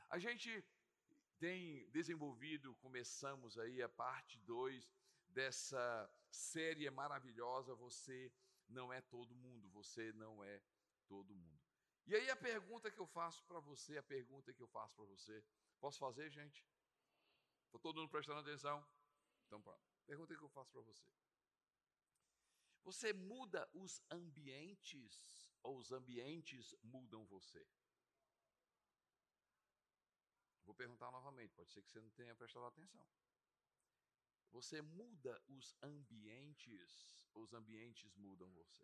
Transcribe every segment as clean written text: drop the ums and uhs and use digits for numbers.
A gente tem desenvolvido, começamos aí a parte 2 dessa série maravilhosa, Você Não É Todo Mundo, Você Não É Todo Mundo. E aí a pergunta que eu faço para você, posso fazer, gente? Está todo mundo prestando atenção? Então pronto, pergunta que eu faço para você. Você muda os ambientes ou os ambientes mudam você? Vou perguntar novamente, pode ser que você não tenha prestado atenção. Você muda os ambientes ou os ambientes mudam você?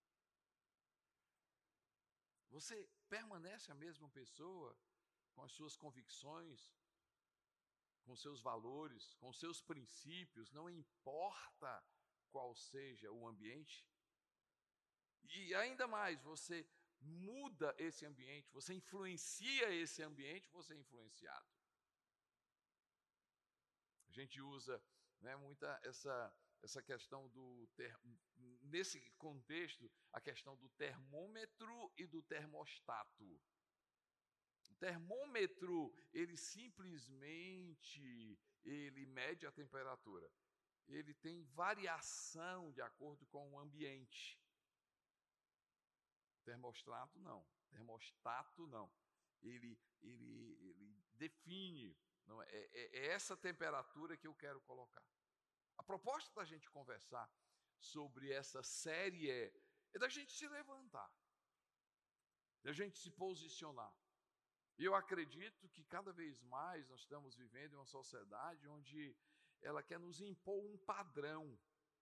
Você permanece a mesma pessoa com as suas convicções, com seus valores, com seus princípios, não importa qual seja o ambiente? E ainda mais, você muda esse ambiente, você influencia esse ambiente, você é influenciado. A gente usa, né, muita essa questão nesse contexto, a questão do termômetro e do termostato. O termômetro, ele mede a temperatura. Ele tem variação de acordo com o ambiente. Termostato não. Ele define, não é essa temperatura que eu quero colocar. A proposta da gente conversar sobre essa série é da gente se levantar, da gente se posicionar. E eu acredito que cada vez mais nós estamos vivendo em uma sociedade onde ela quer nos impor um padrão,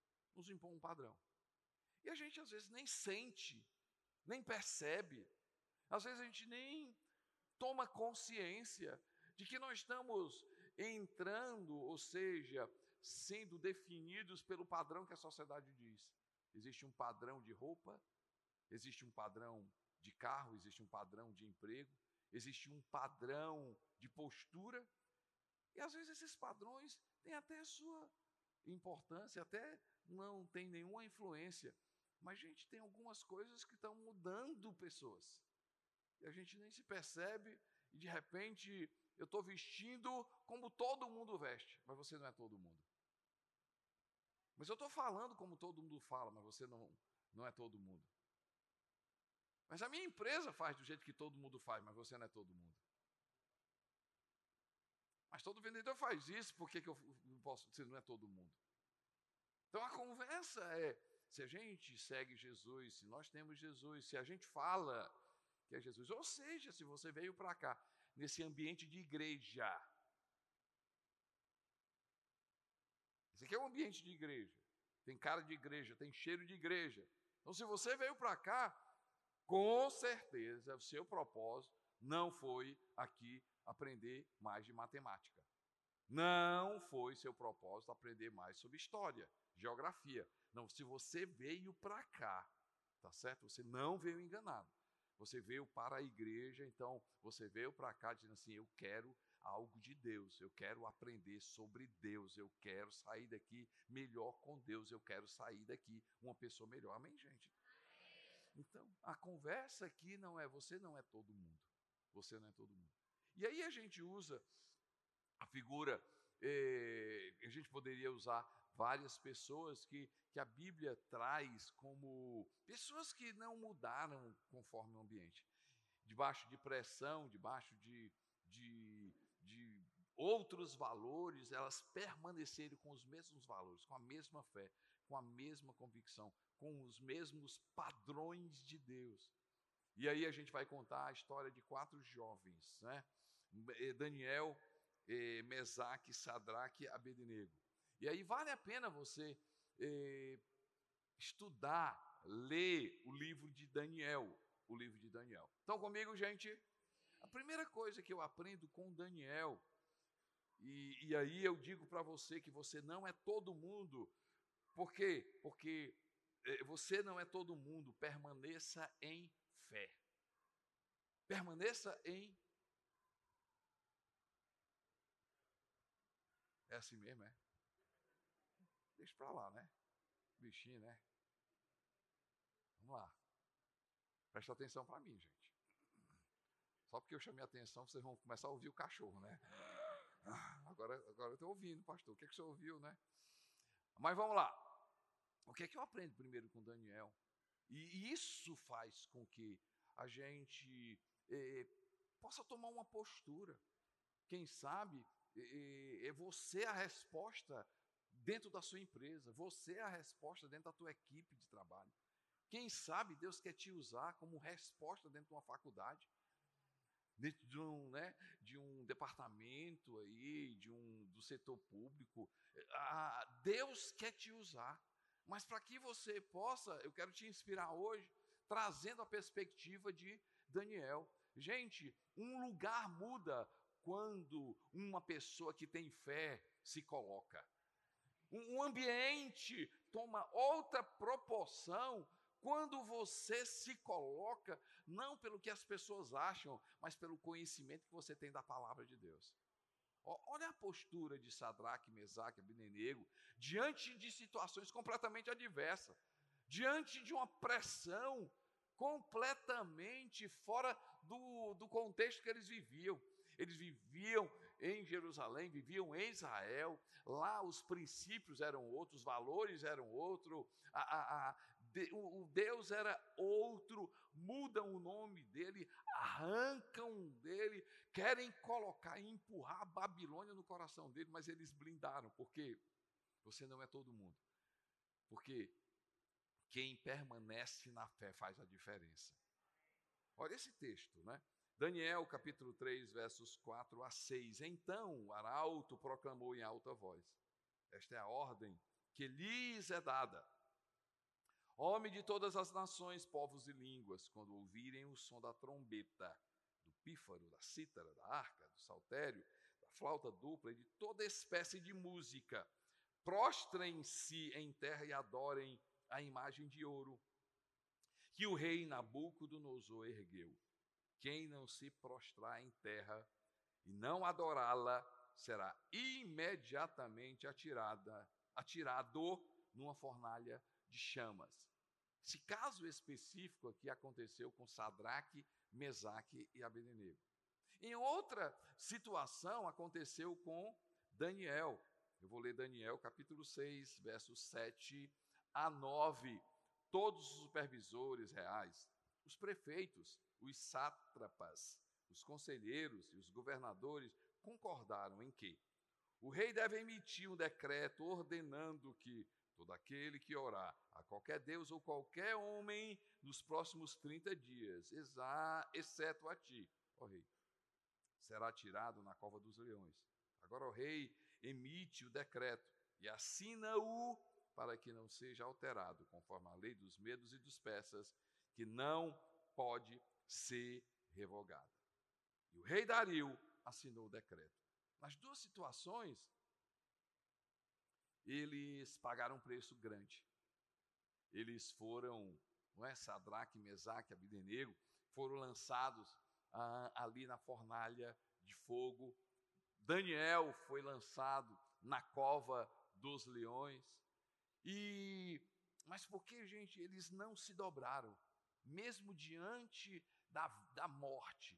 E a gente às vezes nem sente, nem percebe, às vezes a gente nem toma consciência de que nós estamos entrando, ou seja, sendo definidos pelo padrão que a sociedade diz. Existe um padrão de roupa, existe um padrão de carro, existe um padrão de emprego, existe um padrão de postura, e às vezes esses padrões têm até a sua importância, até não tem nenhuma influência, mas gente, tem algumas coisas que estão mudando pessoas, e a gente nem se percebe, e de repente eu estou vestindo como todo mundo veste, mas você não é todo mundo. Mas eu estou falando como todo mundo fala, mas você não é todo mundo. Mas a minha empresa faz do jeito que todo mundo faz, mas você não é todo mundo. Mas todo vendedor faz isso, por que eu não posso, você não é todo mundo? Então a conversa é, se a gente segue Jesus, se nós temos Jesus, se a gente fala que é Jesus, ou seja, se você veio para cá, nesse ambiente de igreja. Esse aqui é um ambiente de igreja, tem cara de igreja, tem cheiro de igreja. Então se você veio para cá, com certeza o seu propósito não foi aqui aprender mais de matemática. Não foi seu propósito aprender mais sobre história, geografia. Não, se você veio para cá, tá certo? Você não veio enganado. Você veio para a igreja, então você veio para cá dizendo assim: eu quero algo de Deus, eu quero aprender sobre Deus, eu quero sair daqui melhor com Deus, eu quero sair daqui uma pessoa melhor. Amém, gente? Então, a conversa aqui não é, você não é todo mundo. Você não é todo mundo. E aí a gente usa a figura, a gente poderia usar várias pessoas que a Bíblia traz como pessoas que não mudaram conforme o ambiente. Debaixo de pressão, debaixo de outros valores, elas permaneceram com os mesmos valores, com a mesma fé, com a mesma convicção, com os mesmos padrões de Deus. E aí a gente vai contar a história de 4 jovens, né? Daniel, Mesaque, Sadraque e Abednego. E aí vale a pena você estudar, ler o livro de Daniel, Estão comigo, gente? A primeira coisa que eu aprendo com Daniel, e aí eu digo para você que você não é todo mundo. Por quê? Porque você não é todo mundo, permaneça em fé. Permaneça em... É assim mesmo, é? Deixa para lá, né? Bichinho, né? Vamos lá. Presta atenção para mim, gente. Só porque eu chamei a atenção, vocês vão começar a ouvir o cachorro, né? Agora eu estou ouvindo, pastor. O que você ouviu, né? Mas vamos lá. O que é que eu aprendo primeiro com Daniel? E isso faz com que a gente possa tomar uma postura. Quem sabe é você a resposta dentro da sua empresa, você é a resposta dentro da tua equipe de trabalho. Quem sabe Deus quer te usar como resposta dentro de uma faculdade, dentro de um departamento aí, do setor público. Deus quer te usar. Mas para que você possa, eu quero te inspirar hoje, trazendo a perspectiva de Daniel. Gente, um lugar muda quando uma pessoa que tem fé se coloca. Um ambiente toma outra proporção quando você se coloca, não pelo que as pessoas acham, mas pelo conhecimento que você tem da palavra de Deus. Olha a postura de Sadraque, Mesaque e Abdenego diante de situações completamente adversas, diante de uma pressão completamente fora do contexto que eles viviam. Eles viviam em Jerusalém, viviam em Israel, lá os princípios eram outros, os valores eram outros, o Deus era outro, mudam o nome dele, arrancam dele, querem colocar e empurrar a Babilônia no coração dele, mas eles blindaram, porque você não é todo mundo. Porque quem permanece na fé faz a diferença. Olha esse texto, né? Daniel, capítulo 3, versos 4 a 6. Então o arauto proclamou em alta voz: esta é a ordem que lhes é dada. Homem de todas as nações, povos e línguas, quando ouvirem o som da trombeta, do pífaro, da cítara, da harpa, do saltério, da flauta dupla e de toda espécie de música, prostrem-se em terra e adorem a imagem de ouro que o rei Nabucodonosor ergueu. Quem não se prostrar em terra e não adorá-la será imediatamente atirado numa fornalha de chamas. Esse caso específico aqui aconteceu com Sadraque, Mesaque e Abdenego. Em outra situação aconteceu com Daniel. Eu vou ler Daniel capítulo 6, versos 7 a 9. Todos os supervisores reais, os prefeitos, os sátrapas, os conselheiros e os governadores concordaram em que o rei deve emitir um decreto ordenando que todo aquele que orar a qualquer deus ou qualquer homem nos próximos 30 dias, exceto a ti, ó rei, será tirado na cova dos leões. Agora o rei emite o decreto e assina-o para que não seja alterado, conforme a lei dos medos e dos persas, que não pode ser revogada. E o rei Dario assinou o decreto. Nas duas situações, eles pagaram um preço grande. Eles foram, Sadraque, Mesaque, Abdenego, foram lançados ali na fornalha de fogo. Daniel foi lançado na cova dos leões. Mas por que, gente, eles não se dobraram? Mesmo diante da morte,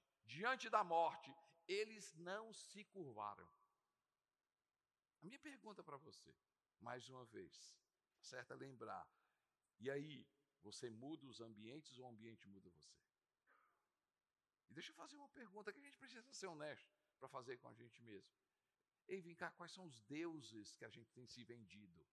eles não se curvaram. A minha pergunta para você, mais uma vez, certo é lembrar, e aí, você muda os ambientes ou o ambiente muda você? E deixa eu fazer uma pergunta que a gente precisa ser honesto para fazer com a gente mesmo. Ei, vem cá, quais são os deuses que a gente tem se vendido?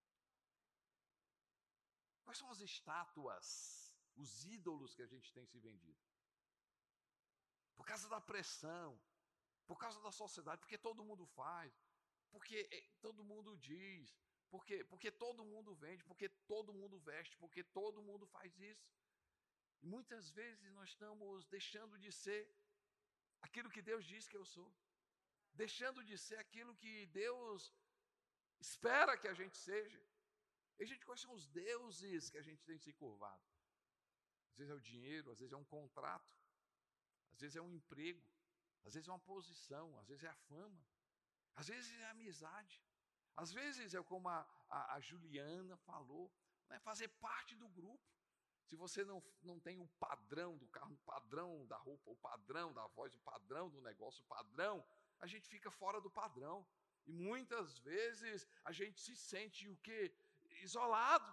Quais são as estátuas, os ídolos que a gente tem se vendido? Por causa da pressão, por causa da sociedade, porque todo mundo faz, porque todo mundo diz, porque todo mundo vende, porque todo mundo veste, porque todo mundo faz isso. E muitas vezes nós estamos deixando de ser aquilo que Deus diz que eu sou, deixando de ser aquilo que Deus espera que a gente seja. E, gente, quais são os deuses que a gente tem se curvado? Às vezes é o dinheiro, às vezes é um contrato, às vezes é um emprego, às vezes é uma posição, às vezes é a fama, às vezes é a amizade, às vezes é como a Juliana falou, fazer parte do grupo. se você não tem o padrão do carro, o padrão da roupa, o padrão da voz, o padrão do negócio, o padrão, a gente fica fora do padrão. E muitas vezes a gente se sente o quê? Isolado.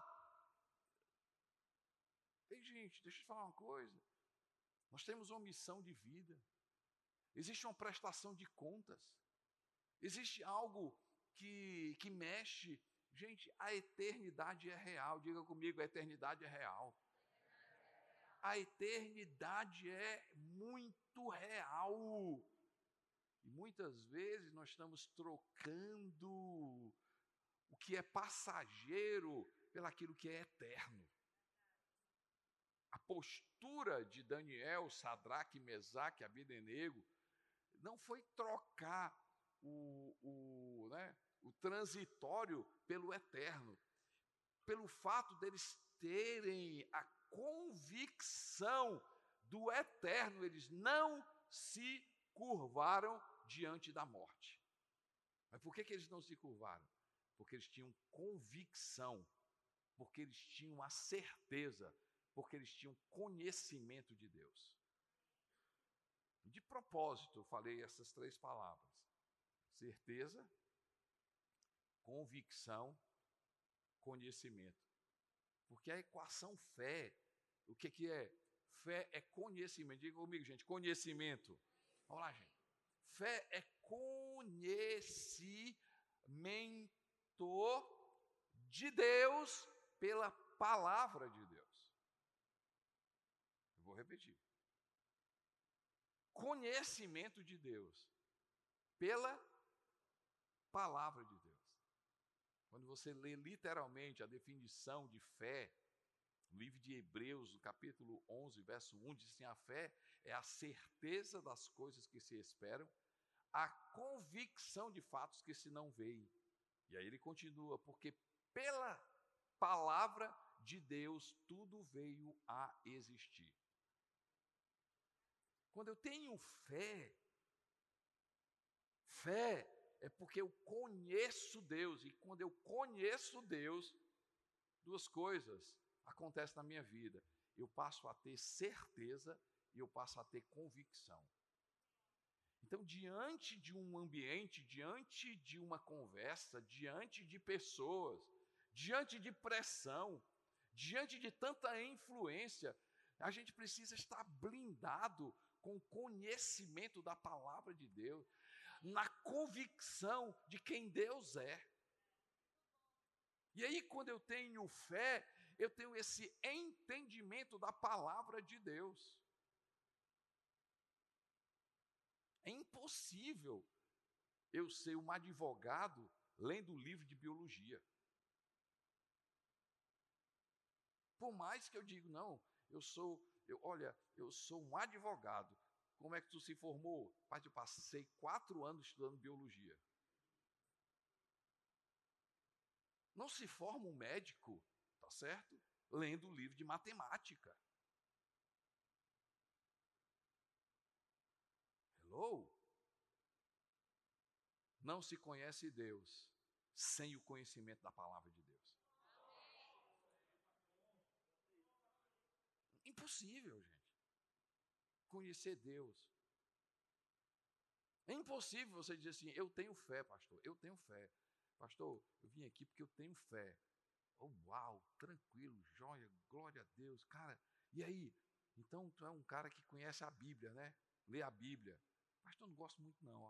Ei, gente, deixa eu te falar uma coisa. Nós temos uma missão de vida. Existe uma prestação de contas. Existe algo que mexe. Gente, a eternidade é real. Diga comigo, a eternidade é real. A eternidade é muito real. E muitas vezes nós estamos trocando o que é passageiro pelaquilo que é eterno. A postura de Daniel, Sadraque, Mesaque e Abdenego não foi trocar o transitório pelo eterno. Pelo fato deles terem a convicção do eterno, eles não se curvaram diante da morte. Mas por que eles não se curvaram? Porque eles tinham convicção, porque eles tinham a certeza, porque eles tinham conhecimento de Deus. De propósito, eu falei essas 3 palavras: certeza, convicção, conhecimento. Porque a equação fé, o que é? Fé é conhecimento. Diga comigo, gente, conhecimento. Vamos lá, gente. Fé é conhecimento de Deus pela palavra de Deus. Eu vou repetir. Conhecimento de Deus pela palavra de Deus. Quando você lê literalmente a definição de fé, no livro de Hebreus, no capítulo 11, verso 1, diz assim: a fé é a certeza das coisas que se esperam, a convicção de fatos que se não veem. E aí ele continua: porque pela palavra de Deus tudo veio a existir. Quando eu tenho fé é porque eu conheço Deus, e quando eu conheço Deus, 2 coisas acontecem na minha vida: eu passo a ter certeza e eu passo a ter convicção. Então, diante de um ambiente, diante de uma conversa, diante de pessoas, diante de pressão, diante de tanta influência, a gente precisa estar blindado com o conhecimento da palavra de Deus, na convicção de quem Deus é. E aí, quando eu tenho fé, eu tenho esse entendimento da palavra de Deus. É impossível eu ser um advogado lendo livro de biologia. Por mais que eu diga, não, eu sou um advogado. Como é que tu se formou? Pai, eu passei 4 anos estudando biologia. Não se forma um médico, tá certo? Lendo o livro de matemática. Hello? Não se conhece Deus sem o conhecimento da palavra de Deus. Impossível, gente. Conhecer Deus. É impossível você dizer assim: eu tenho fé, pastor, eu tenho fé. Pastor, eu vim aqui porque eu tenho fé. Oh, uau, tranquilo, joia, glória a Deus. Cara, e aí? Então tu é um cara que conhece a Bíblia, né? Lê a Bíblia. Pastor, não gosto muito não, ó.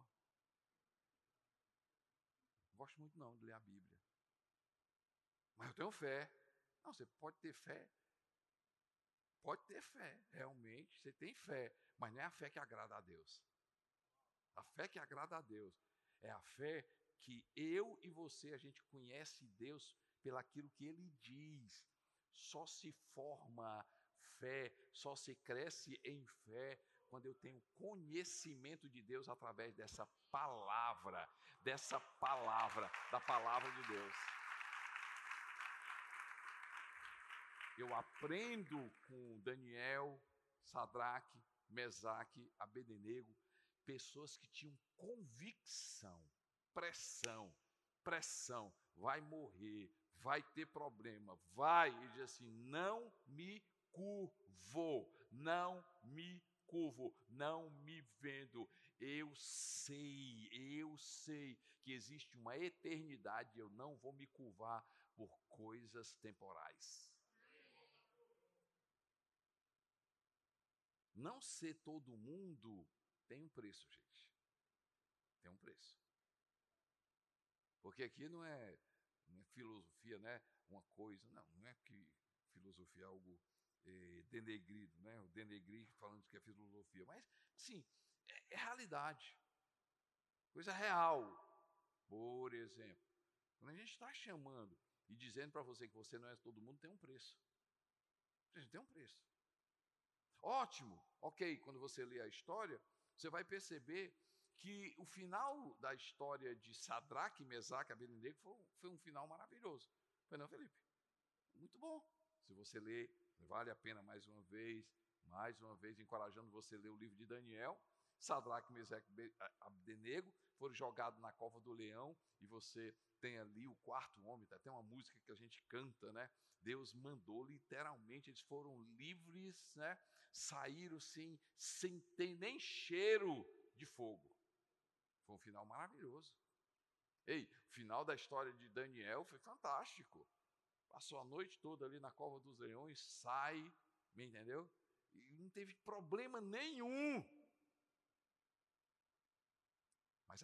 Não gosto muito não de ler a Bíblia. Mas eu tenho fé. Não, você pode ter fé. Pode ter fé, realmente, você tem fé. Mas não é a fé que agrada a Deus. A fé que agrada a Deus é a fé que eu e você, a gente conhece Deus pelaquilo que Ele diz. Só se forma fé, só se cresce em fé quando eu tenho conhecimento de Deus através dessa palavra, da palavra de Deus. Eu aprendo com Daniel, Sadraque, Mesaque, Abdenego, pessoas que tinham convicção, pressão, vai morrer, vai ter problema, vai, e diz assim: não me curvo, não me curvo, não me vendo. Eu sei que existe uma eternidade, eu não vou me curvar por coisas temporais. Não ser todo mundo tem um preço, gente. Tem um preço. Porque aqui não é filosofia, né? Uma coisa, não é que filosofia é algo denegrido, né? O denegrir falando que é filosofia, mas sim, é realidade, coisa real. Por exemplo, quando a gente está chamando e dizendo para você que você não é todo mundo, tem um preço. Gente, tem um preço. Ótimo, ok, quando você lê a história, você vai perceber que o final da história de Sadraque, Mesaque e Abednego foi um final maravilhoso. Foi não, Felipe? Muito bom. Se você ler, vale a pena mais uma vez, encorajando você a ler o livro de Daniel. Sadraque, Mesaque e Abednego foram jogados na cova do leão e você tem ali o quarto homem, tá? Tem uma música que a gente canta, né? Deus mandou literalmente, eles foram livres, né? Saíram sem ter nem cheiro de fogo. Foi um final maravilhoso. Ei, o final da história de Daniel foi fantástico. Passou a noite toda ali na cova dos leões, sai, me entendeu? E não teve problema nenhum. Mas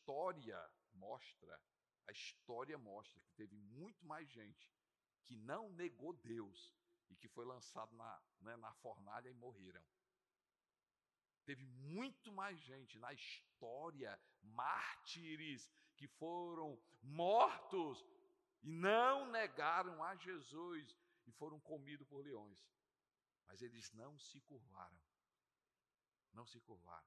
a história mostra que teve muito mais gente que não negou Deus e que foi lançado na fornalha e morreram. Teve muito mais gente na história, mártires, que foram mortos e não negaram a Jesus e foram comidos por leões. Mas eles não se curvaram. Não se curvaram.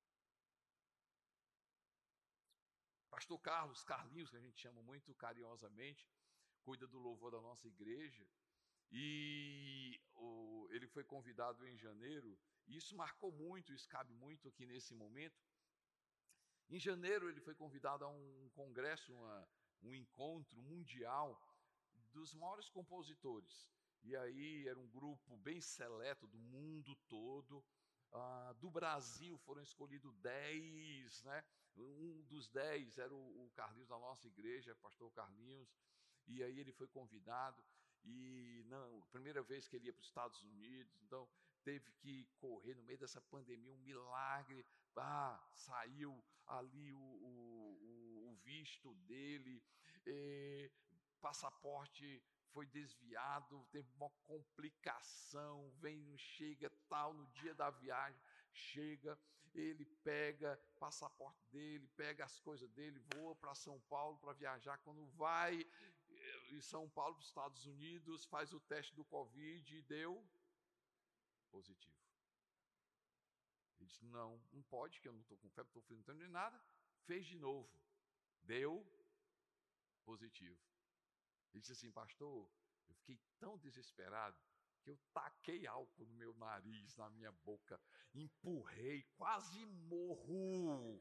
Pastor Carlinhos, que a gente chama muito carinhosamente, cuida do louvor da nossa igreja. E ele foi convidado em janeiro, e isso marcou muito, isso cabe muito aqui nesse momento. Em janeiro ele foi convidado a um congresso, um encontro mundial dos maiores compositores. E aí era um grupo bem seleto do mundo todo. Do Brasil foram escolhidos 10, né? Um dos 10 era o Carlinhos da nossa igreja, pastor Carlinhos. E aí ele foi convidado. E não, primeira vez que ele ia para os Estados Unidos, então teve que correr no meio dessa pandemia, um milagre. Saiu ali o visto dele, passaporte foi desviado, teve uma complicação, chega tal, no dia da viagem, chega, ele pega passaporte dele, pega as coisas dele, voa para São Paulo para viajar. Quando vai em São Paulo, para os Estados Unidos, faz o teste do Covid e deu positivo. Ele disse, não pode, que eu não estou com febre, estou frio, não estou de nada. Fez de novo, deu positivo. Ele disse assim, pastor, eu fiquei tão desesperado que eu taquei álcool no meu nariz, na minha boca, empurrei, quase morro.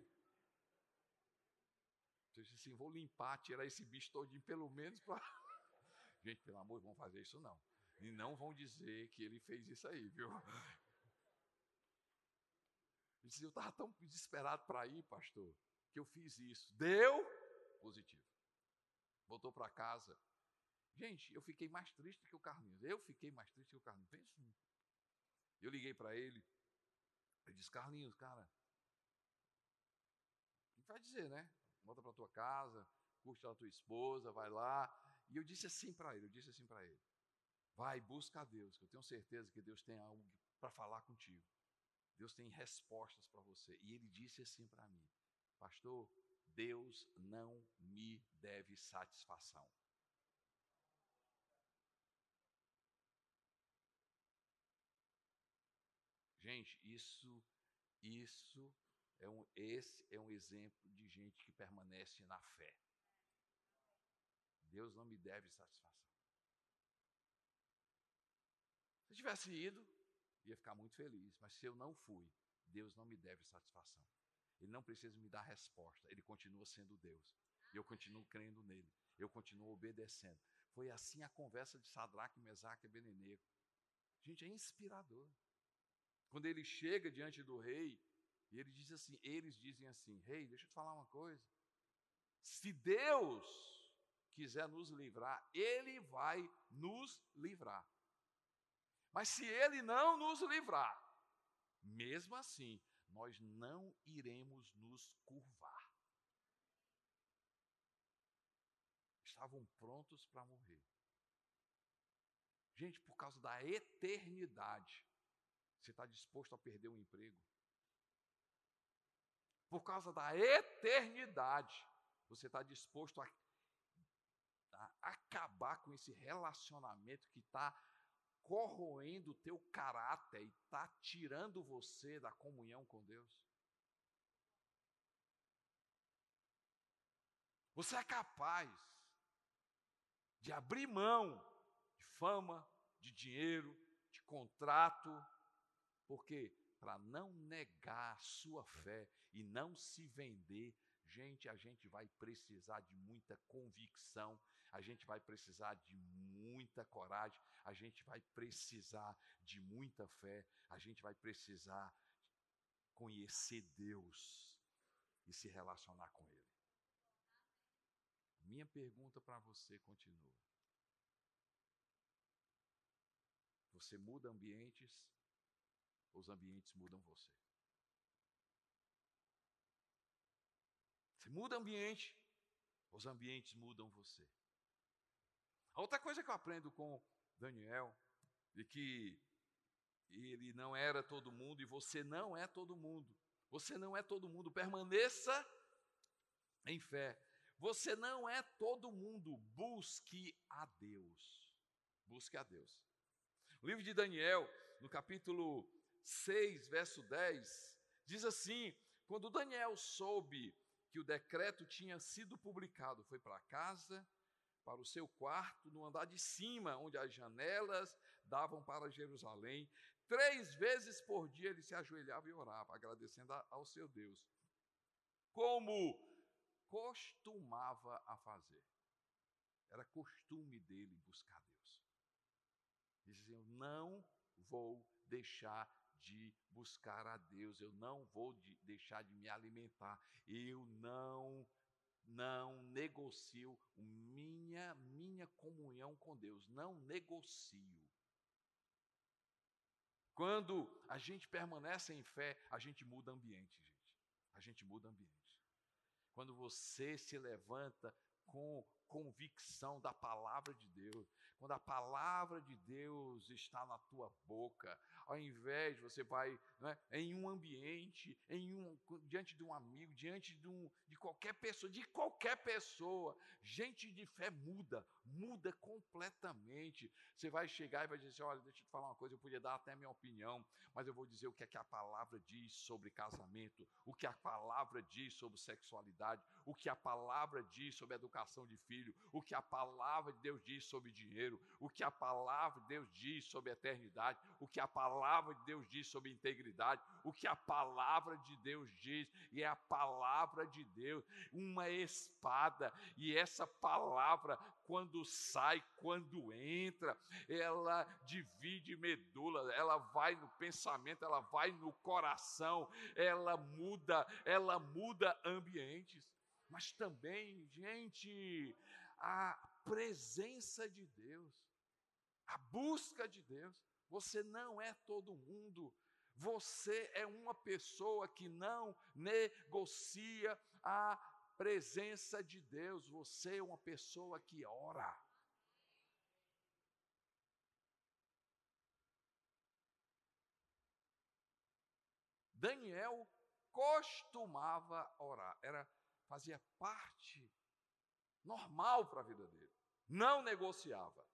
Eu disse assim, vou limpar, tirar esse bicho todinho, pelo menos para... Gente, pelo amor, vão fazer isso não. E não vão dizer que ele fez isso aí, viu? Ele disse, eu estava tão desesperado para ir, pastor, que eu fiz isso. Deu positivo. Voltou para casa. Gente, eu fiquei mais triste que o Carlinhos. Pensa. Eu liguei para ele. Ele disse, Carlinhos, cara, o que vai dizer, né? Volta para tua casa, curte a tua esposa, vai lá. E eu disse assim para ele, vai, busca a Deus, que eu tenho certeza que Deus tem algo para falar contigo. Deus tem respostas para você. E ele disse assim para mim, pastor, Deus não me deve satisfação. Gente, esse é um exemplo de gente que permanece na fé. Deus não me deve satisfação. Se eu tivesse ido, ia ficar muito feliz, mas se eu não fui, Deus não me deve satisfação. Ele não precisa me dar resposta, ele continua sendo Deus. E eu continuo crendo nele, eu continuo obedecendo. Foi assim a conversa de Sadraque, Mesaque e Abednego. Gente, é inspirador. Quando ele chega diante do rei, e ele diz assim, eles dizem assim: rei, deixa eu te falar uma coisa. Se Deus quiser nos livrar, Ele vai nos livrar. Mas se Ele não nos livrar, mesmo assim, nós não iremos nos curvar. Estavam prontos para morrer. Gente, por causa da eternidade, você está disposto a perder o emprego? Por causa da eternidade, você está disposto a acabar com esse relacionamento que está corroendo o teu caráter e está tirando você da comunhão com Deus? Você é capaz de abrir mão de fama, de dinheiro, de contrato, porque para não negar a sua fé e não se vender, gente, a gente vai precisar de muita convicção, a gente vai precisar de muita coragem, a gente vai precisar de muita fé, a gente vai precisar conhecer Deus e se relacionar com Ele. Minha pergunta para você continua: você muda ambientes, ou os ambientes mudam você? Você muda ambiente, os ambientes mudam você. A outra coisa que eu aprendo com Daniel é que ele não era todo mundo e você não é todo mundo. Você não é todo mundo. Permaneça em fé. Você não é todo mundo. Busque a Deus. Busque a Deus. O livro de Daniel, no capítulo 6, verso 10, diz assim: quando Daniel soube que o decreto tinha sido publicado, foi para casa, para o seu quarto, no andar de cima, onde as janelas davam para Jerusalém. 3 vezes por dia ele se ajoelhava e orava, agradecendo ao seu Deus, como costumava a fazer. Era costume dele buscar Deus. Dizia: eu não vou deixar de buscar a Deus, eu não vou deixar de me alimentar, eu não negocio minha comunhão com Deus, não negocio. Quando a gente permanece em fé, a gente muda ambiente, gente. A gente muda ambiente. Quando você se levanta com convicção da palavra de Deus, quando a palavra de Deus está na tua boca, ao invés de você vai, né, em um ambiente, diante de um amigo, diante de qualquer pessoa, gente de fé muda completamente. Você vai chegar e vai dizer assim: olha, deixa eu te falar uma coisa, eu podia dar até a minha opinião, mas eu vou dizer o que é que a palavra diz sobre casamento, o que a palavra diz sobre sexualidade, o que a palavra diz sobre educação de filho, o que a palavra de Deus diz sobre dinheiro, o que a palavra de Deus diz sobre eternidade, o que a palavra de Deus diz sobre integridade, o que a palavra de Deus diz. E é a palavra de Deus, uma espada, e essa palavra, quando sai, quando entra, ela divide medula, ela vai no pensamento, ela vai no coração, ela muda ambientes. Mas também, gente, a presença de Deus, a busca de Deus. Você não é todo mundo. Você é uma pessoa que não negocia a presença de Deus. Você é uma pessoa que ora. Daniel costumava orar. Fazia parte normal para a vida dele. Não negociava.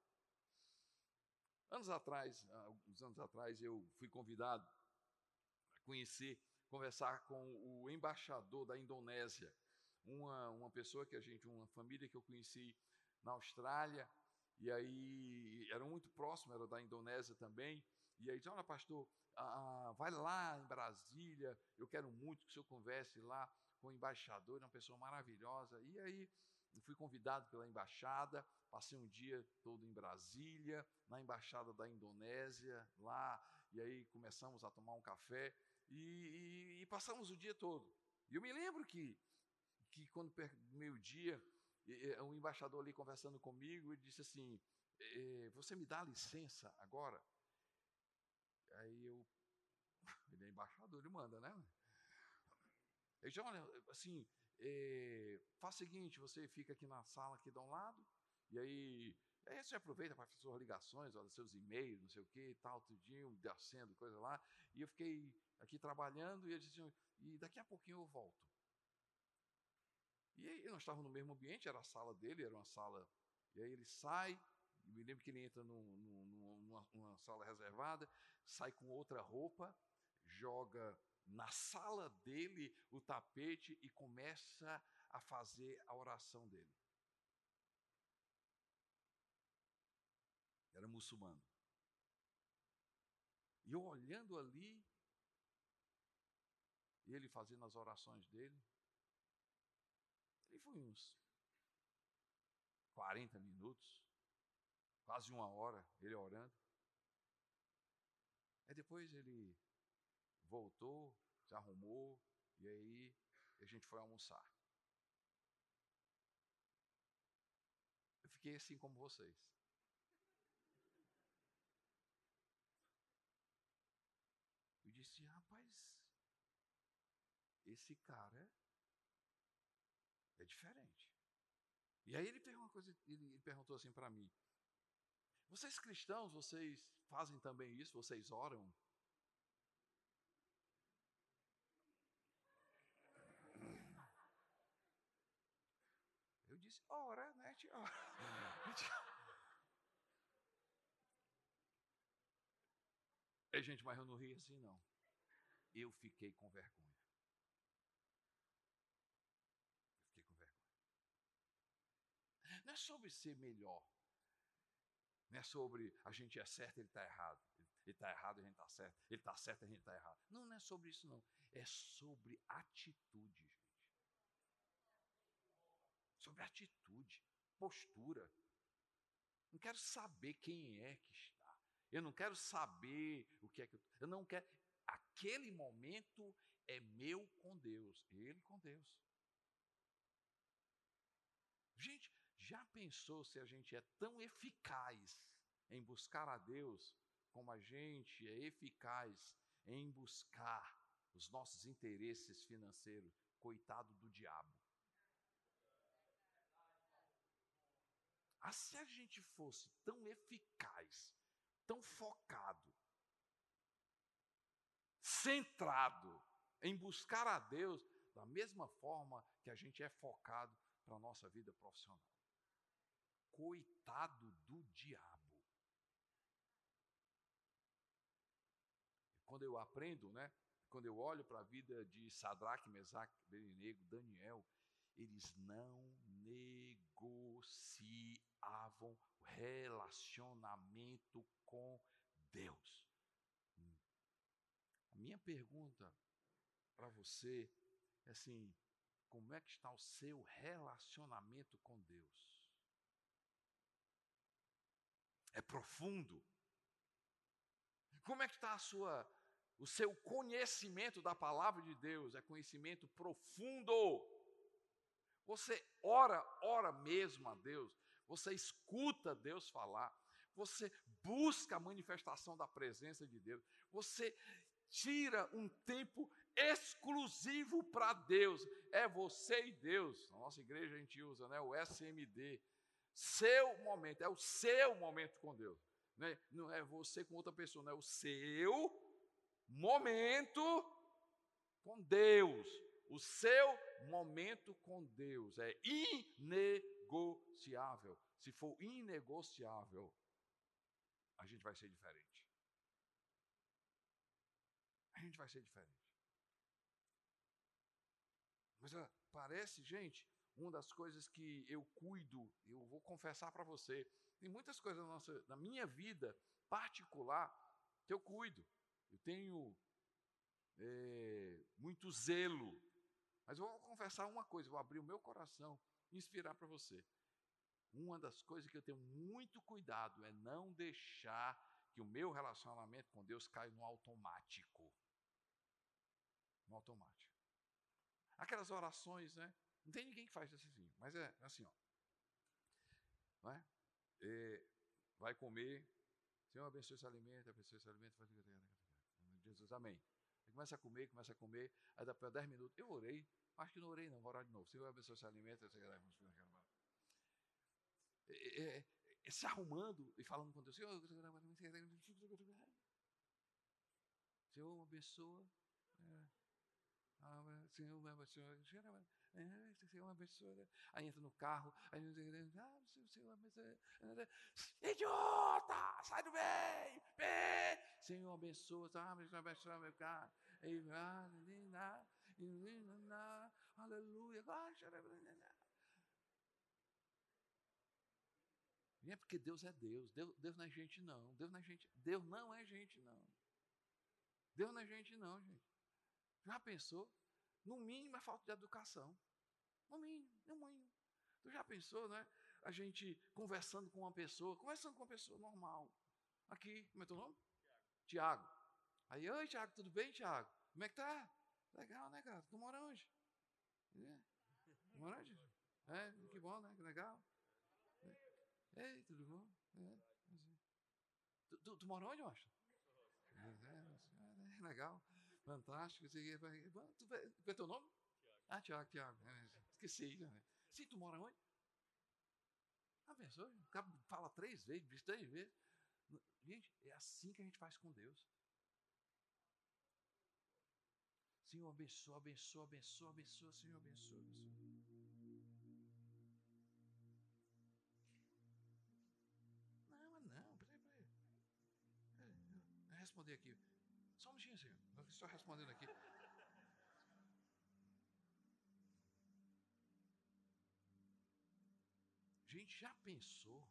Alguns anos atrás, eu fui convidado a conversar com o embaixador da Indonésia, uma pessoa uma família que eu conheci na Austrália, e aí era muito próximo, era da Indonésia também, e aí disse: olha, pastor, vai lá em Brasília, eu quero muito que o senhor converse lá com o embaixador, é uma pessoa maravilhosa. E aí fui convidado pela embaixada, passei um dia todo em Brasília, na embaixada da Indonésia, lá, e aí começamos a tomar um café, e passamos o dia todo. E eu me lembro que quando meio-dia, o embaixador ali conversando comigo, ele disse assim, você me dá licença agora? Aí ele é embaixador, ele manda, né? Ele disse, olha, assim, faz o seguinte, você fica aqui na sala aqui de um lado, e aí você aproveita para fazer suas ligações, olha, seus e-mails, não sei o que e tal, tudinho, descendo, coisa lá, e eu fiquei aqui trabalhando, e ele disse assim, e daqui a pouquinho eu volto. E aí nós estávamos no mesmo ambiente, era a sala dele, era uma sala, e aí ele sai, me lembro que ele entra numa sala reservada, sai com outra roupa, joga na sala dele o tapete e começa a fazer a oração dele. Era muçulmano. E eu olhando ali, ele fazendo as orações dele, ele foi uns 40 minutos, quase uma hora, ele orando. Aí depois ele voltou, se arrumou, e aí a gente foi almoçar. Eu fiquei assim como vocês. Eu disse, rapaz, esse cara é diferente. E aí ele perguntou assim para mim, vocês cristãos, vocês fazem também isso? Vocês oram? Eu disse, ora, né? Gente, mas eu não ri assim, não. Eu fiquei com vergonha. Não é sobre ser melhor. Não é sobre a gente é certo, ele está errado. Ele está errado, a gente está certo. Ele está certo, a gente está errado. Não, não é sobre isso, não. É sobre atitude, gente. Sobre atitude, postura. Não quero saber quem é que está. Eu não quero saber o que é que eu não quero. Aquele momento é meu com Deus, ele com Deus. Gente, já pensou se a gente é tão eficaz em buscar a Deus como a gente é eficaz em buscar os nossos interesses financeiros? Coitado do diabo. Se a gente fosse tão eficaz, tão focado, centrado em buscar a Deus, da mesma forma que a gente é focado para a nossa vida profissional. Coitado do diabo. Quando eu aprendo, né? Quando eu olho para a vida de Sadraque, Mesaque, Abednego, Daniel, eles não negociavam o relacionamento com Deus. A minha pergunta para você é assim, como é que está o seu relacionamento com Deus? É profundo? Como é que está o seu conhecimento da palavra de Deus? É conhecimento profundo? Você ora mesmo a Deus? Você escuta Deus falar? Você busca a manifestação da presença de Deus? Você tira um tempo exclusivo para Deus? É você e Deus. Na nossa igreja a gente usa, né, o SMD. Seu momento, é o seu momento com Deus. Né? Não é você com outra pessoa, não é o seu momento com Deus. O seu momento com Deus é inegociável. Se for inegociável, a gente vai ser diferente. A gente vai ser diferente. Mas parece, gente, uma das coisas que eu cuido, eu vou confessar para você, tem muitas coisas na minha vida particular que eu cuido. Eu tenho muito zelo Mas eu vou confessar uma coisa, vou abrir o meu coração e inspirar para você. Uma das coisas que eu tenho muito cuidado é não deixar que o meu relacionamento com Deus caia no automático. No automático. Aquelas orações, né? Não tem ninguém que faz assim, mas é assim, ó. Não é? Vai comer, Senhor abençoe esse alimento, faz Jesus, amém. Aí começa a comer, aí dá para 10 minutos, eu orei, acho que não orei não, vou orar de novo. Senhor abençoe esse alimento, se arrumando e falando com Deus, Senhor abençoa, Senhor abençoa, aí entra no carro, aí Senhor abençoa, idiota, sai do meio, Senhor abençoa, abençoa meu carro, aleluia, e é porque Deus é Deus, Deus não é gente não, Deus não é gente não, Deus não é gente não, gente. Já pensou? No mínimo é falta de educação. No mínimo. Tu já pensou, né? A gente conversando com uma pessoa normal. Aqui, como é teu nome? Tiago. Aí, oi, Tiago, tudo bem, Tiago? Como é que tá? Legal, né, cara? Tu mora onde? Mora onde? Que bom, né? Que legal. Ei, tudo bom? Tu mora onde, Macho? Legal. Fantástico. Qual é teu nome? Tiago. Esqueci. Né? Sim, tu mora onde? Pensou? Fala 3 vezes, 3 vezes. Gente, é assim que a gente faz com Deus. Senhor, abençoa, Senhor, abençoa. Não, peraí. Eu responder aqui. Só um minutinho, Senhor. Eu estou respondendo aqui. Gente, já pensou?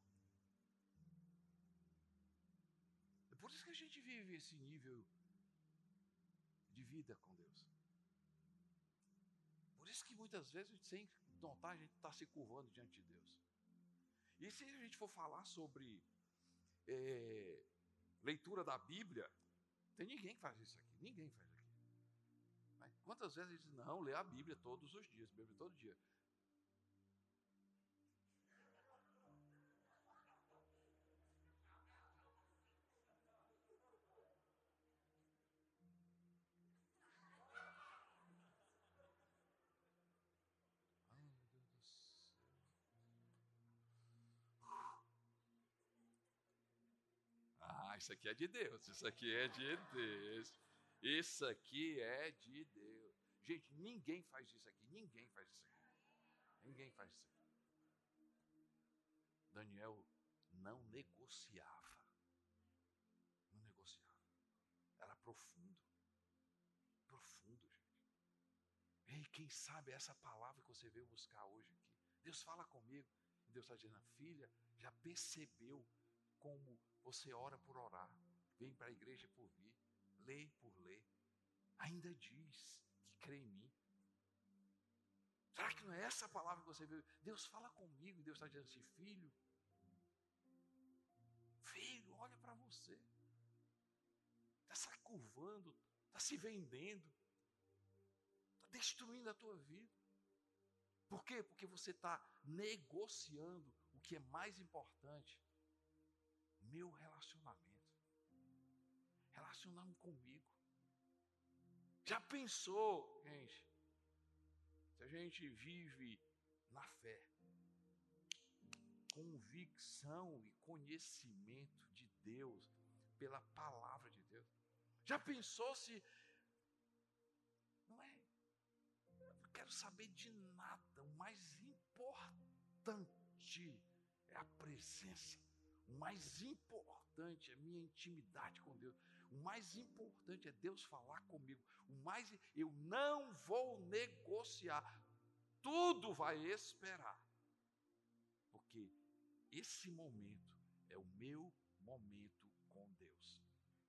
É por isso que a gente vive esse nível de vida com Deus. Por isso que muitas vezes, sem notar, a gente está se curvando diante de Deus. E se a gente for falar sobre leitura da Bíblia, tem ninguém que faz isso aqui. Ninguém faz aqui. Mas quantas vezes a gente diz, não, lê a Bíblia todos os dias, Bíblia todo dia. Ai, meu Deus do céu. Isso aqui é de Deus. Isso aqui é de Deus. Isso aqui é de Deus. Gente, ninguém faz isso aqui. Ninguém faz isso aqui. Daniel não negociava. Era profundo. Gente. Ei, quem sabe essa palavra que você veio buscar hoje aqui. Deus fala comigo. E Deus está dizendo, filha, já percebeu como você ora por orar, vem para a igreja por vir, lê por ler, ainda diz que crê em mim. Será que não é essa palavra que você viu? Deus fala comigo e Deus está dizendo assim, filho, olha para você, está se curvando, está se vendendo, está destruindo a tua vida. Por quê? Porque você está negociando o que é mais importante, meu relacionamento comigo. Já pensou, gente, se a gente vive na fé, convicção e conhecimento de Deus, pela palavra de Deus, já pensou se, não é, eu não quero saber de nada, o mais importante é a presença, o mais importante é a minha intimidade com Deus, o mais importante é Deus falar comigo, eu não vou negociar, tudo vai esperar, porque esse momento é o meu momento com Deus.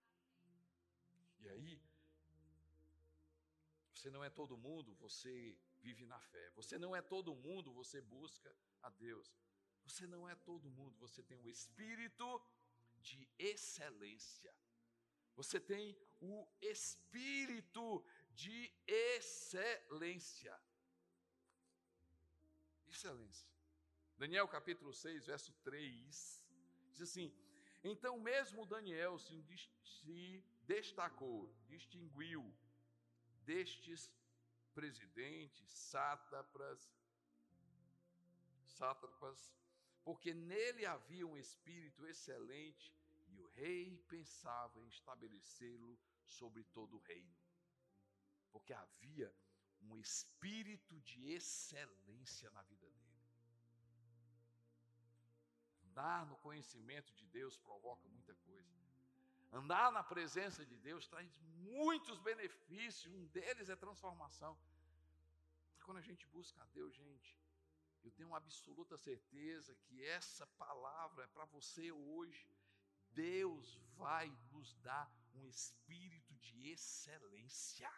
E aí, você não é todo mundo, você vive na fé. Você não é todo mundo, você busca a Deus. Você não é todo mundo, você tem o espírito de excelência. Você tem o espírito de excelência. Excelência. Daniel capítulo 6, verso 3, diz assim: então mesmo Daniel se destacou, distinguiu destes presidentes, sátrapas, porque nele havia um espírito excelente e o rei pensava em estabelecê-lo sobre todo o reino. Porque havia um espírito de excelência na vida dele. Andar no conhecimento de Deus provoca muita coisa. Andar na presença de Deus traz muitos benefícios, um deles é transformação. Quando a gente busca a Deus, gente, eu tenho uma absoluta certeza que essa palavra é para você hoje. Deus vai nos dar um espírito de excelência.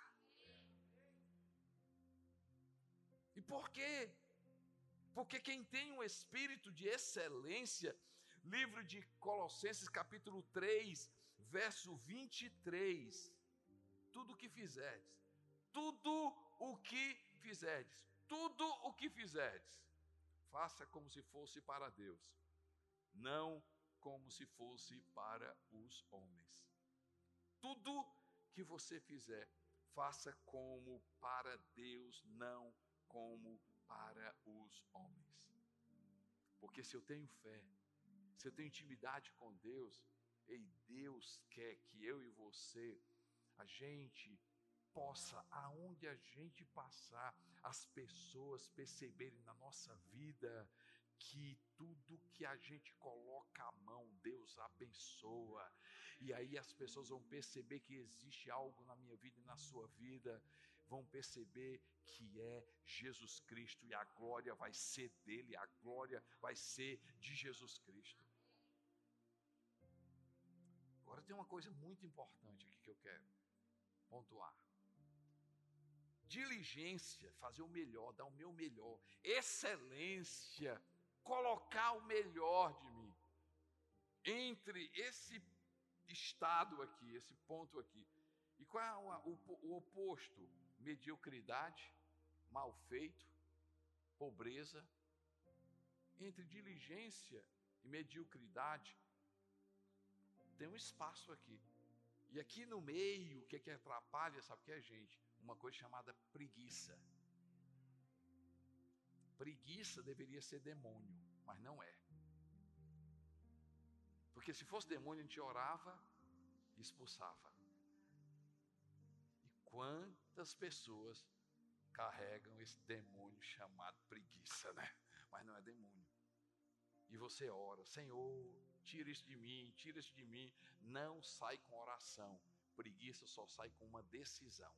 E por quê? Porque quem tem um espírito de excelência, livro de Colossenses capítulo 3, verso 23, tudo o que fizerdes, faça como se fosse para Deus, não como se fosse para os homens. Tudo que você fizer, faça como para Deus, não como para os homens. Porque se eu tenho fé, se eu tenho intimidade com Deus, Deus quer que eu e você, a gente possa, aonde a gente passar, as pessoas perceberem na nossa vida que tudo que a gente coloca a mão, Deus abençoa. E aí as pessoas vão perceber que existe algo na minha vida e na sua vida, vão perceber que é Jesus Cristo e a glória vai ser dele, a glória vai ser de Jesus Cristo. Agora tem uma coisa muito importante aqui que eu quero pontuar. Diligência, fazer o melhor, dar o meu melhor. Excelência, colocar o melhor de mim. Entre esse estado aqui, esse ponto aqui. E qual é o oposto? Mediocridade, mal feito, pobreza. Entre diligência e mediocridade, tem um espaço aqui. E aqui no meio, o que atrapalha, sabe o que é, gente? Uma coisa chamada preguiça. Preguiça deveria ser demônio, mas não é. Porque se fosse demônio, a gente orava e expulsava. E quantas pessoas carregam esse demônio chamado preguiça, né? Mas não é demônio. E você ora, Senhor, tira isso de mim, tira isso de mim. Não sai com oração. Preguiça só sai com uma decisão.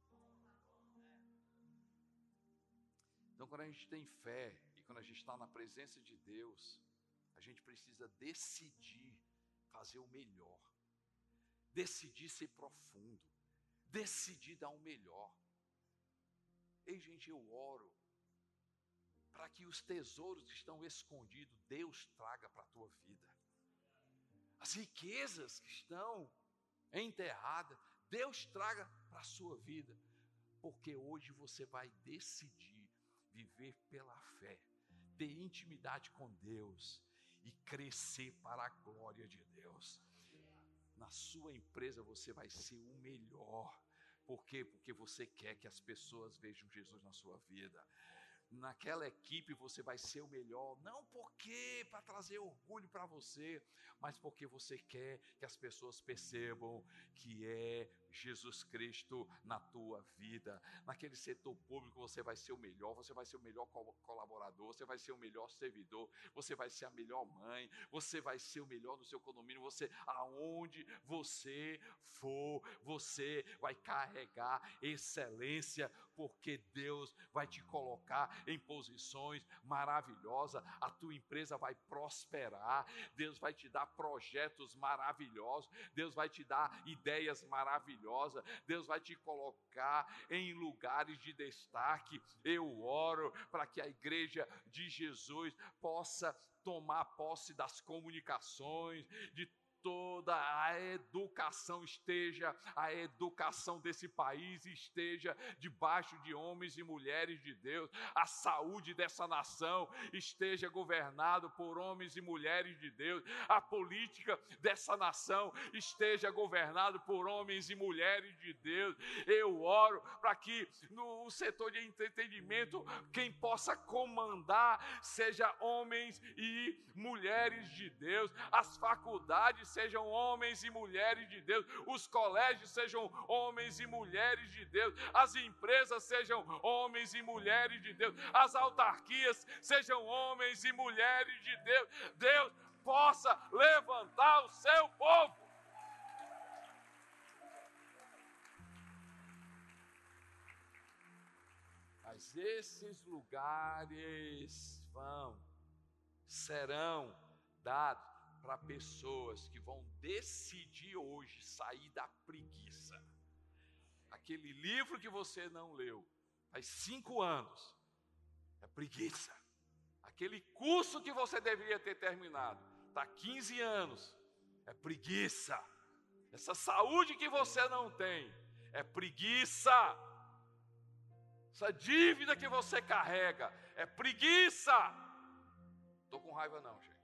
Então, quando a gente tem fé e quando a gente está na presença de Deus, a gente precisa decidir fazer o melhor, decidir ser profundo, decidir dar o melhor. Ei, gente, eu oro para que os tesouros que estão escondidos, Deus traga para a tua vida. As riquezas que estão enterradas, Deus traga para a sua vida. Porque hoje você vai decidir viver pela fé, ter intimidade com Deus e crescer para a glória de Deus. Na sua empresa você vai ser o melhor. Por quê? Porque você quer que as pessoas vejam Jesus na sua vida. Naquela equipe você vai ser o melhor, não porque para trazer orgulho para você, mas porque você quer que as pessoas percebam que é Jesus Cristo na tua vida. Naquele setor público você vai ser o melhor, você vai ser o melhor colaborador, você vai ser o melhor servidor, você vai ser a melhor mãe, você vai ser o melhor do seu condomínio, aonde você for, você vai carregar excelência, porque Deus vai te colocar em posições maravilhosas, a tua empresa vai prosperar, Deus vai te dar projetos maravilhosos, Deus vai te dar ideias maravilhosas, maravilhosa. Deus vai te colocar em lugares de destaque. Eu oro para que a igreja de Jesus possa tomar posse das comunicações, de toda a educação a educação desse país esteja debaixo de homens e mulheres de Deus, a saúde dessa nação esteja governado por homens e mulheres de Deus, a política dessa nação esteja governado por homens e mulheres de Deus. Eu oro para que no setor de entretenimento, quem possa comandar seja homens e mulheres de Deus, as faculdades sejam homens e mulheres de Deus, os colégios sejam homens e mulheres de Deus, as empresas sejam homens e mulheres de Deus, as autarquias sejam homens e mulheres de Deus. Deus possa levantar o seu povo. Mas esses lugares serão dados para pessoas que vão decidir hoje sair da preguiça. Aquele livro que você não leu faz 5 anos é preguiça. Aquele curso que você deveria ter terminado está 15 anos é preguiça. Essa saúde que você não tem é preguiça. Essa dívida que você carrega é preguiça. Estou com raiva não, gente.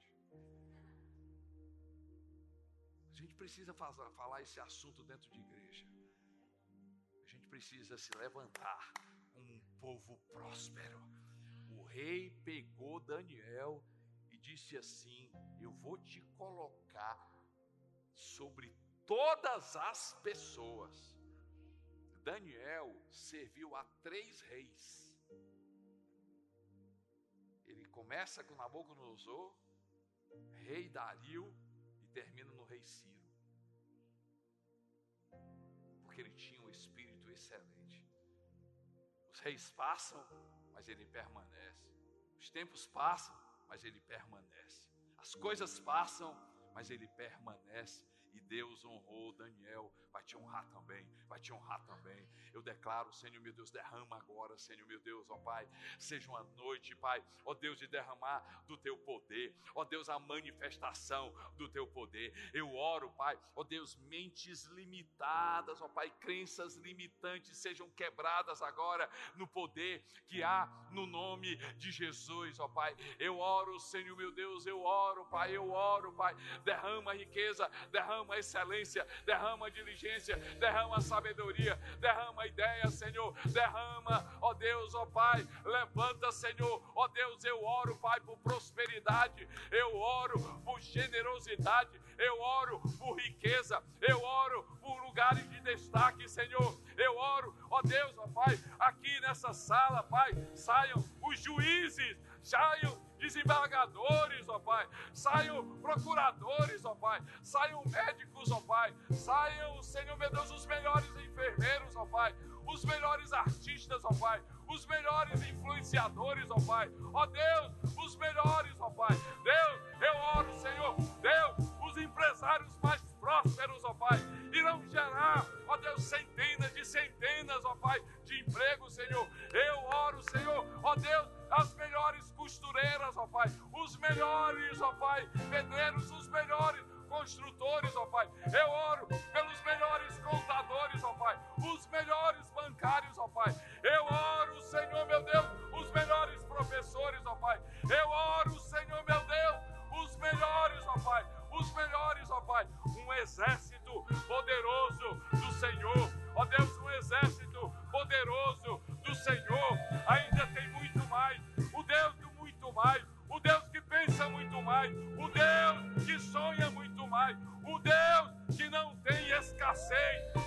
A gente precisa falar esse assunto dentro de igreja. A gente precisa se levantar como um povo próspero. O rei pegou Daniel e disse assim: eu vou te colocar sobre todas as pessoas. Daniel serviu a 3 reis. Ele começa com Nabucodonosor, rei Dario, e termina no rei Ciro. Porque ele tinha um espírito excelente. Os reis passam, mas ele permanece. Os tempos passam, mas ele permanece. As coisas passam, mas ele permanece. E Deus honrou Daniel. Vai te honrar também, vai te honrar também. Eu declaro, Senhor meu Deus, derrama agora, Senhor meu Deus, ó Pai, seja uma noite, Pai, ó Deus, de derramar do teu poder, ó Deus, a manifestação do teu poder. Eu oro, Pai, ó Deus, mentes limitadas, ó Pai, crenças limitantes sejam quebradas agora no poder que há no nome de Jesus, ó Pai. Eu oro, Senhor meu Deus, eu oro, Pai, derrama riqueza, derrama excelência, derrama diligência, derrama sabedoria, derrama ideia, Senhor, derrama, ó Deus, ó Pai, levanta, Senhor, ó Deus, eu oro, Pai, por prosperidade, eu oro por generosidade, eu oro por riqueza, eu oro por lugares de destaque, Senhor, eu oro, ó Deus, ó Pai, aqui nessa sala, Pai, saiam os juízes, saiam desembargadores, ó Pai, saiam procuradores, ó Pai, saiam médicos, ó Pai, saiam, Senhor meu Deus, os melhores enfermeiros, ó Pai, os melhores artistas, ó Pai, os melhores influenciadores, ó Pai, ó Deus, os melhores, ó Pai, Deus, eu oro, Senhor, Deus, os empresários mais prósperos, ó Pai, irão gerar, ó Deus, centenas, ó Pai, de emprego, Senhor, eu oro, Senhor, ó Deus, as melhores costureiras, ó Pai, os melhores, ó Pai, pedreiros, os melhores construtores, ó Pai, eu oro pelos melhores contadores, ó Pai, os melhores bancários, ó Pai, eu oro, Senhor meu Deus, os melhores professores, ó Pai, eu oro, Senhor meu Deus, os melhores, ó Pai, um exército poderoso do Senhor, ó Deus, um exército poderoso do Senhor, ainda tem muito mais, o Deus do muito mais, o Deus que pensa muito mais, o Deus que sonha muito mais, o Deus que não tem escassez,